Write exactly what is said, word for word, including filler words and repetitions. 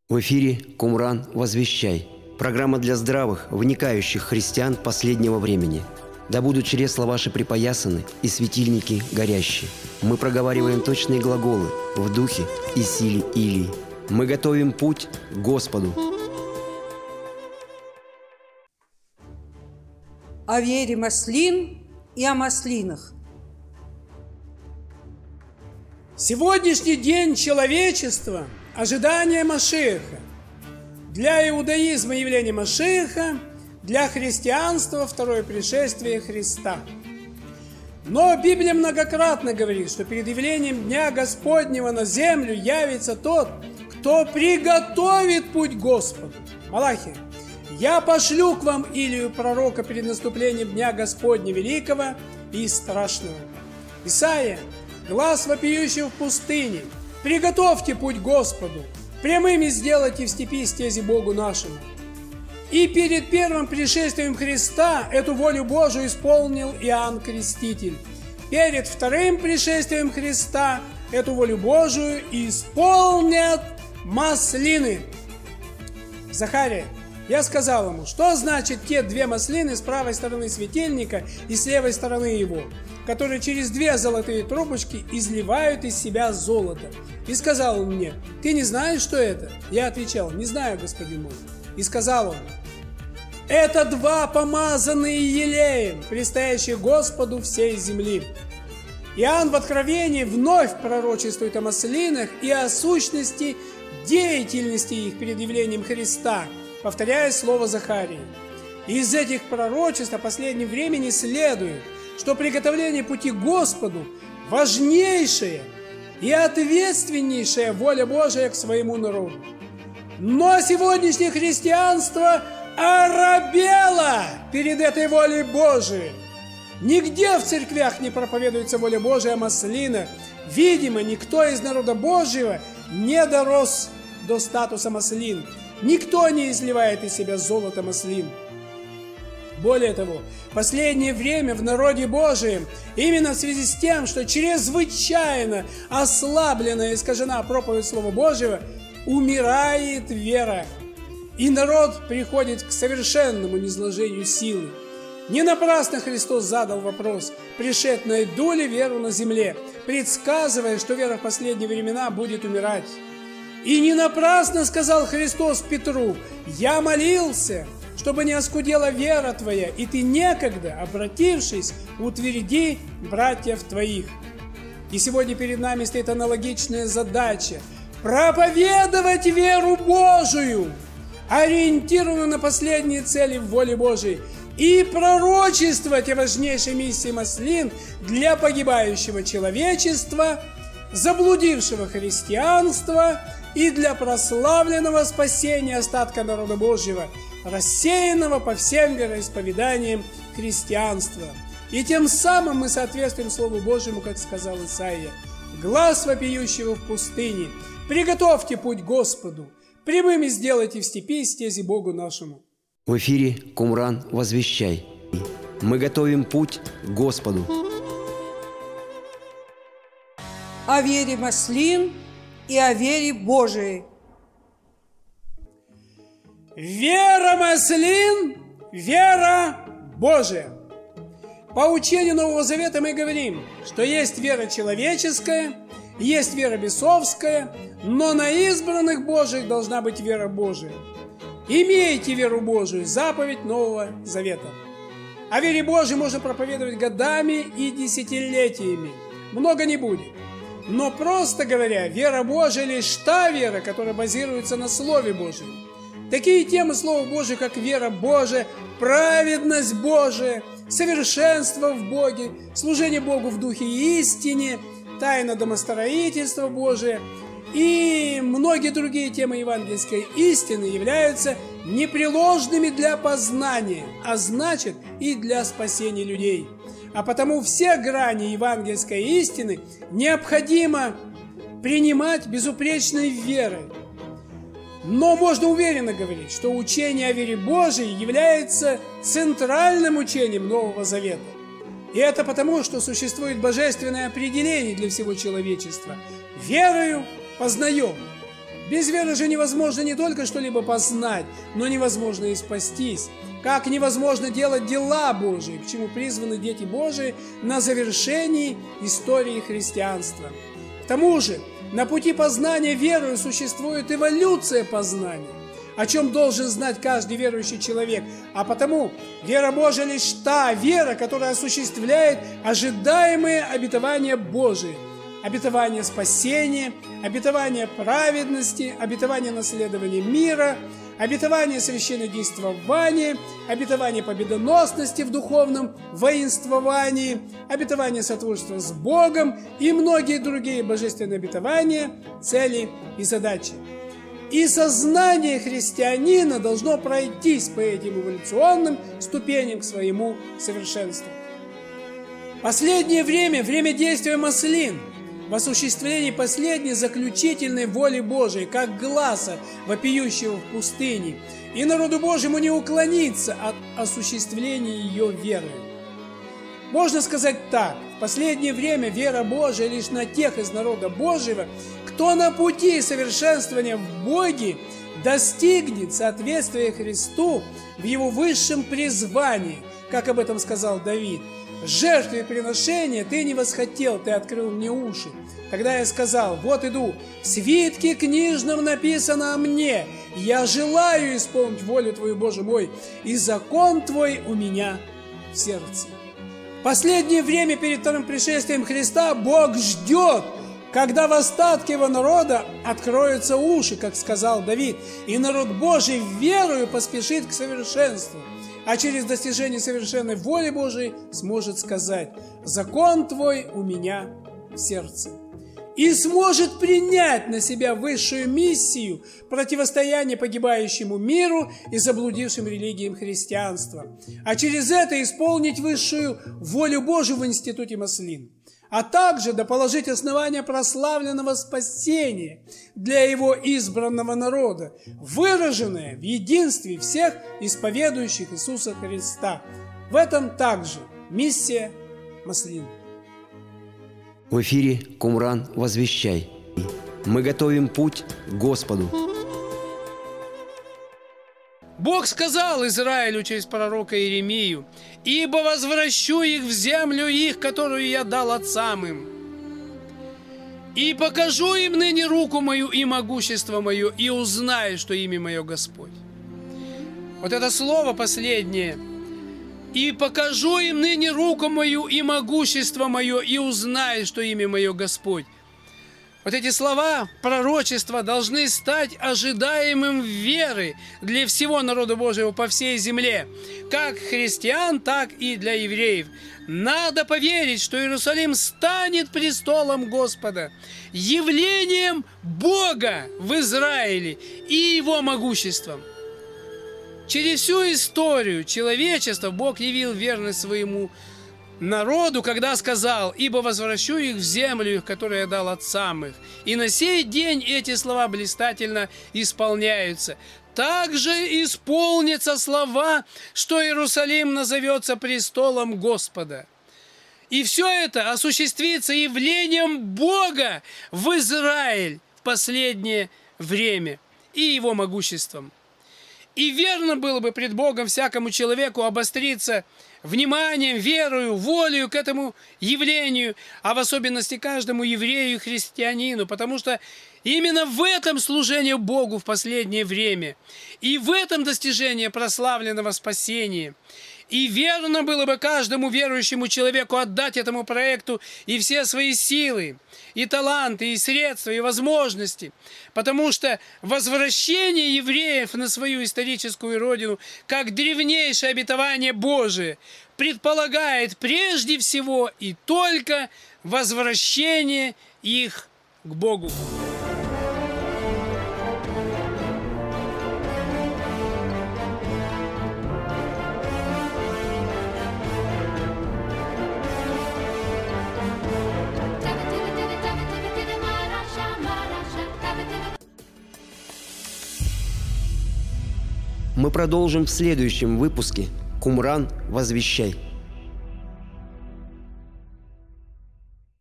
В эфире «Кумран. Возвещай». Программа для здравых, вникающих христиан последнего времени. Да будут чресла ваши припоясаны и светильники горящие. Мы проговариваем точные глаголы в духе и силе Илии. Мы готовим путь к Господу. О вере маслин и о маслинах. Сегодняшний день человечества – ожидание Машиаха. Для иудаизма явление Машиаха, для христианства второе пришествие Христа. Но Библия многократно говорит, что перед явлением Дня Господнего на землю явится тот, кто приготовит путь Господу. Малахия: «Я пошлю к вам Илию пророка перед наступлением Дня Господня великого и страшного». Исайя: «Глас вопиющий в пустыне, приготовьте путь Господу, прямыми сделайте в степи стези Богу нашему». И перед первым пришествием Христа эту волю Божию исполнил Иоанн Креститель. Перед вторым пришествием Христа эту волю Божию исполнят маслины. Захария: «Я сказал ему, что значит те две маслины с правой стороны светильника и с левой стороны его, которые через две золотые трубочки изливают из себя золото. И сказал он мне: ты не знаешь, что это? Я отвечал: не знаю, господин мой. И сказал он: это два помазанные елеем, предстоящие Господу всей земли». Иоанн в Откровении вновь пророчествует о маслинах и о сущности деятельности их перед явлением Христа, повторяя слово Захарии. Из этих пророчеств о последнем времени следует, что приготовление пути Господу – важнейшая и ответственнейшая воля Божия к своему народу. Но сегодняшнее христианство оробело перед этой волей Божией. Нигде в церквях не проповедуется воля Божия о маслинах. Видимо, никто из народа Божьего не дорос до статуса маслин. Никто не изливает из себя золото маслин. Более того, в последнее время в народе Божием, именно в связи с тем, что чрезвычайно ослаблена и искажена проповедь Слова Божьего, умирает вера. И народ приходит к совершенному низложению силы. Не напрасно Христос задал вопрос: «Пришед, найду ли веру на земле?», предсказывая, что вера в последние времена будет умирать. И не напрасно сказал Христос Петру: «Я молился, чтобы не оскудела вера твоя, и ты некогда, обратившись, утверди братьев твоих». И сегодня перед нами стоит аналогичная задача – проповедовать веру Божию, ориентированную на последние цели в воле Божией, и пророчествовать о важнейшей миссии маслин для погибающего человечества, заблудившего христианства и для прославленного спасения остатка народа Божьего, рассеянного по всем вероисповеданиям христианства. И тем самым мы соответствуем Слову Божьему, как сказал Исаия: «Глас вопиющего в пустыне, приготовьте путь Господу, прямыми сделайте в степи стези Богу нашему». В эфире «Кумран. Возвещай». Мы готовим путь к Господу. О вере маслин и о вере Божией. Вера маслин – вера Божия. По учению Нового Завета мы говорим, что есть вера человеческая, есть вера бесовская, но на избранных Божьих должна быть вера Божия. Имейте веру Божию – заповедь Нового Завета. О вере Божией можно проповедовать годами и десятилетиями. Много не будет. Но просто говоря, вера Божия – лишь та вера, которая базируется на Слове Божьем. Такие темы Слова Божия, как вера Божия, праведность Божия, совершенство в Боге, служение Богу в духе и истине, тайна домостроительства Божия и многие другие темы евангельской истины являются непреложными для познания, а значит и для спасения людей. А потому все грани евангельской истины необходимо принимать безупречной верой. Но можно уверенно говорить, что учение о вере Божией является центральным учением Нового Завета. И это потому, что существует божественное определение для всего человечества. Верою познаем. Без веры же невозможно не только что-либо познать, но невозможно и спастись. Как невозможно делать дела Божии, к чему призваны дети Божии на завершении истории христианства. К тому же, на пути познания верою существует эволюция познания, о чем должен знать каждый верующий человек. А потому вера Божия лишь та вера, которая осуществляет ожидаемые обетования Божии. Обетование спасения, обетование праведности, обетование наследования мира, обетование священнодействования, обетование победоносности в духовном воинствовании, обетование сотрудничества с Богом и многие другие божественные обетования, цели и задачи. И сознание христианина должно пройтись по этим эволюционным ступеням к своему совершенству. Последнее время – время действия маслин, в осуществлении последней заключительной воли Божией, как гласа, вопиющего в пустыне, и народу Божьему не уклониться от осуществления ее веры. Можно сказать так: в последнее время вера Божия лишь на тех из народа Божьего, кто на пути совершенствования в Боге достигнет соответствия Христу в его высшем призвании, как об этом сказал Давид. «Жертвы и приношения ты не восхотел, ты открыл мне уши. Тогда я сказал: вот иду, в свитке книжном написано о мне, я желаю исполнить волю Твою, Боже мой, и закон Твой у меня в сердце». В последнее время перед вторым пришествием Христа Бог ждет, когда в остатке его народа откроются уши, как сказал Давид, и народ Божий верою поспешит к совершенству, а через достижение совершенной воли Божией сможет сказать: «Закон Твой у меня в сердце». И сможет принять на себя высшую миссию противостояния погибающему миру и заблудившим религиям христианства, а через это исполнить высшую волю Божию в институте маслин, а также доположить основания прославленного спасения для его избранного народа, выраженное в единстве всех исповедующих Иисуса Христа. В этом также миссия маслин. В эфире Кумран «Возвещай». Мы готовим путь к Господу. Бог сказал Израилю через пророка Иеремию: «Ибо возвращу их в землю их, которую я дал отцам им, и покажу им ныне руку мою и могущество мое, и узнаю, что имя мое Господь». Вот это слово последнее: «И покажу им ныне руку мою и могущество мое, и узнаю, что имя мое Господь». Вот эти слова пророчества должны стать ожидаемым веры для всего народа Божьего по всей земле, как христиан, так и для евреев. Надо поверить, что Иерусалим станет престолом Господа, явлением Бога в Израиле и Его могуществом. Через всю историю человечества Бог явил верность своему народу, когда сказал: «Ибо возвращу их в землю их, которую я дал отцам их». И на сей день эти слова блистательно исполняются. Также исполнятся слова, что Иерусалим назовется престолом Господа. И все это осуществится явлением Бога в Израиль в последнее время и Его могуществом. И верно было бы пред Богом всякому человеку обостриться вниманием, верою, волею к этому явлению, а в особенности каждому еврею и христианину, потому что именно в этом служение Богу в последнее время, и в этом достижение прославленного спасения. И верно было бы каждому верующему человеку отдать этому проекту и все свои силы, и таланты, и средства, и возможности, потому что возвращение евреев на свою историческую родину, как древнейшее обетование Божие, предполагает прежде всего и только возвращение их к Богу. Мы продолжим в следующем выпуске «Кумран, возвещай».